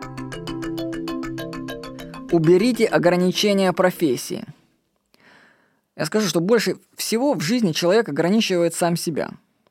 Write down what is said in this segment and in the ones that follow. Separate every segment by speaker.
Speaker 1: Уберите ограничения профессии. Я скажу, что больше всего в жизни человек ограничивает сам себя.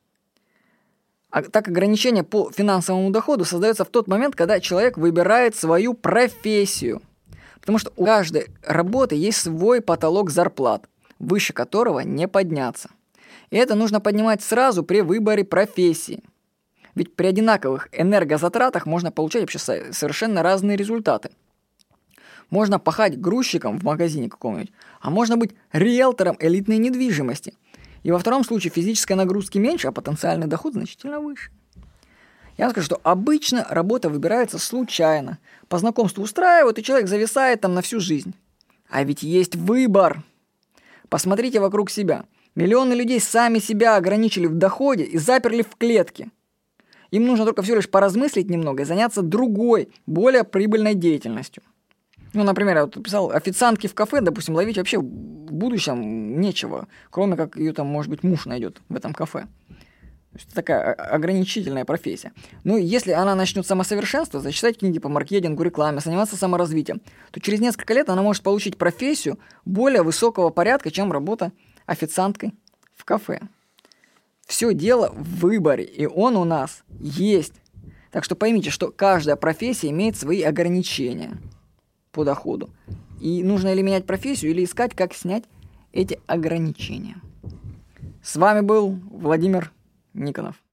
Speaker 1: Так ограничение по финансовому доходу создается в тот момент, когда человек выбирает свою профессию. Потому что у каждой работы есть свой потолок зарплат, выше которого не подняться. И это нужно поднимать сразу при выборе профессии. Ведь при одинаковых энергозатратах можно получать вообще совершенно разные результаты. Можно пахать грузчиком в магазине каком-нибудь, а можно быть риэлтором элитной недвижимости. И во втором случае физической нагрузки меньше, а потенциальный доход значительно выше. Я вам скажу, что обычно работа выбирается случайно. По знакомству устраивают, и человек зависает там на всю жизнь. А ведь есть выбор. Посмотрите вокруг себя. Миллионы людей сами себя ограничили в доходе и заперли в клетки. Им нужно только всего лишь поразмыслить немного и заняться другой, более прибыльной деятельностью. Ну, например, я вот писал, официантки в кафе, допустим, ловить вообще в будущем нечего, кроме как ее там, может быть, муж найдет в этом кафе. То есть это такая ограничительная профессия. Ну, если она начнет самосовершенствоваться, читать книги по маркетингу, рекламе, заниматься саморазвитием, то через несколько лет она может получить профессию более высокого порядка, чем работа официанткой в кафе. Все дело в выборе, и он у нас есть. Так что поймите, что каждая профессия имеет свои ограничения по доходу. И нужно или менять профессию, или искать, как снять эти ограничения. С вами был Владимир Никонов.